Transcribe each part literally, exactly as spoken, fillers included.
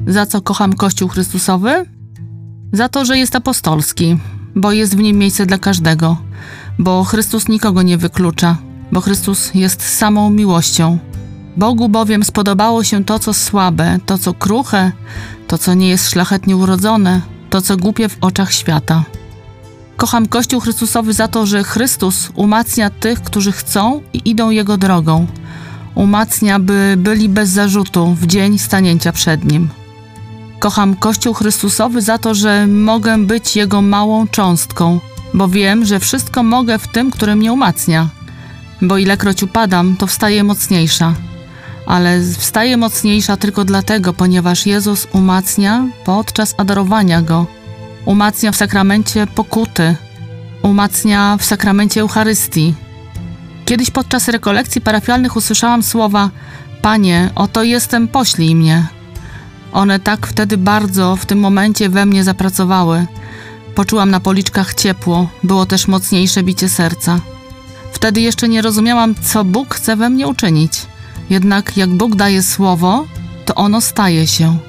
Za co kocham Kościół Chrystusowy? Za to, że jest apostolski, bo jest w nim miejsce dla każdego, bo Chrystus nikogo nie wyklucza, bo Chrystus jest samą miłością. Bogu bowiem spodobało się to, co słabe, to, co kruche, to, co nie jest szlachetnie urodzone, to, co głupie w oczach świata. Kocham Kościół Chrystusowy za to, że Chrystus umacnia tych, którzy chcą i idą Jego drogą. Umacnia, by byli bez zarzutu w dzień stanięcia przed Nim. Kocham Kościół Chrystusowy za to, że mogę być Jego małą cząstką, bo wiem, że wszystko mogę w tym, który mnie umacnia. Bo ilekroć upadam, to wstaję mocniejsza. Ale wstaję mocniejsza tylko dlatego, ponieważ Jezus umacnia podczas adorowania Go. Umacnia w sakramencie pokuty. Umacnia w sakramencie Eucharystii. Kiedyś podczas rekolekcji parafialnych usłyszałam słowa: Panie, oto jestem, poślij mnie. One tak wtedy bardzo w tym momencie we mnie zapracowały. Poczułam na policzkach ciepło, było też mocniejsze bicie serca. Wtedy jeszcze nie rozumiałam, co Bóg chce we mnie uczynić. Jednak jak Bóg daje słowo, to ono staje się.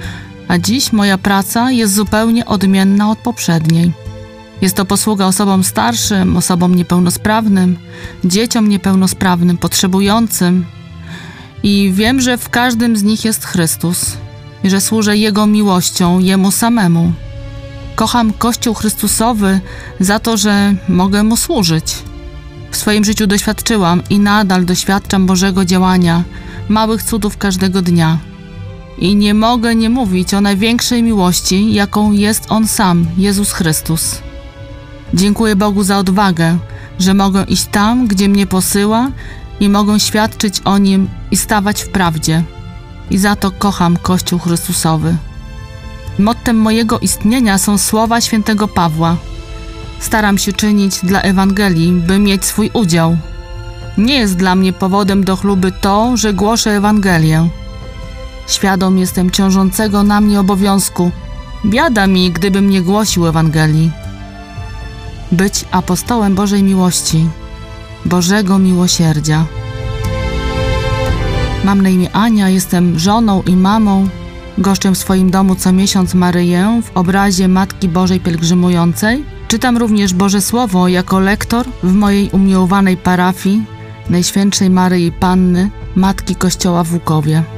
A dziś moja praca jest zupełnie odmienna od poprzedniej. Jest to posługa osobom starszym, osobom niepełnosprawnym, dzieciom niepełnosprawnym, potrzebującym. I wiem, że w każdym z nich jest Chrystus i że służę Jego miłością, Jemu samemu. Kocham Kościół Chrystusowy za to, że mogę Mu służyć. W swoim życiu doświadczyłam i nadal doświadczam Bożego działania, małych cudów każdego dnia. I nie mogę nie mówić o największej miłości, jaką jest On sam, Jezus Chrystus. Dziękuję Bogu za odwagę, że mogę iść tam, gdzie mnie posyła i mogę świadczyć o Nim i stawać w prawdzie. I za to kocham Kościół Chrystusowy. Mottem mojego istnienia są słowa świętego Pawła. Staram się czynić dla Ewangelii, by mieć swój udział. Nie jest dla mnie powodem do chluby to, że głoszę Ewangelię. Świadom jestem ciążącego na mnie obowiązku. Biada mi, gdybym nie głosił Ewangelii. Być apostołem Bożej miłości, Bożego miłosierdzia. Mam na imię Ania, jestem żoną i mamą. Goszczę w swoim domu co miesiąc Maryję w obrazie Matki Bożej Pielgrzymującej. Czytam również Boże Słowo jako lektor w mojej umiłowanej parafii Najświętszej Maryi Panny, Matki Kościoła w Łukowie.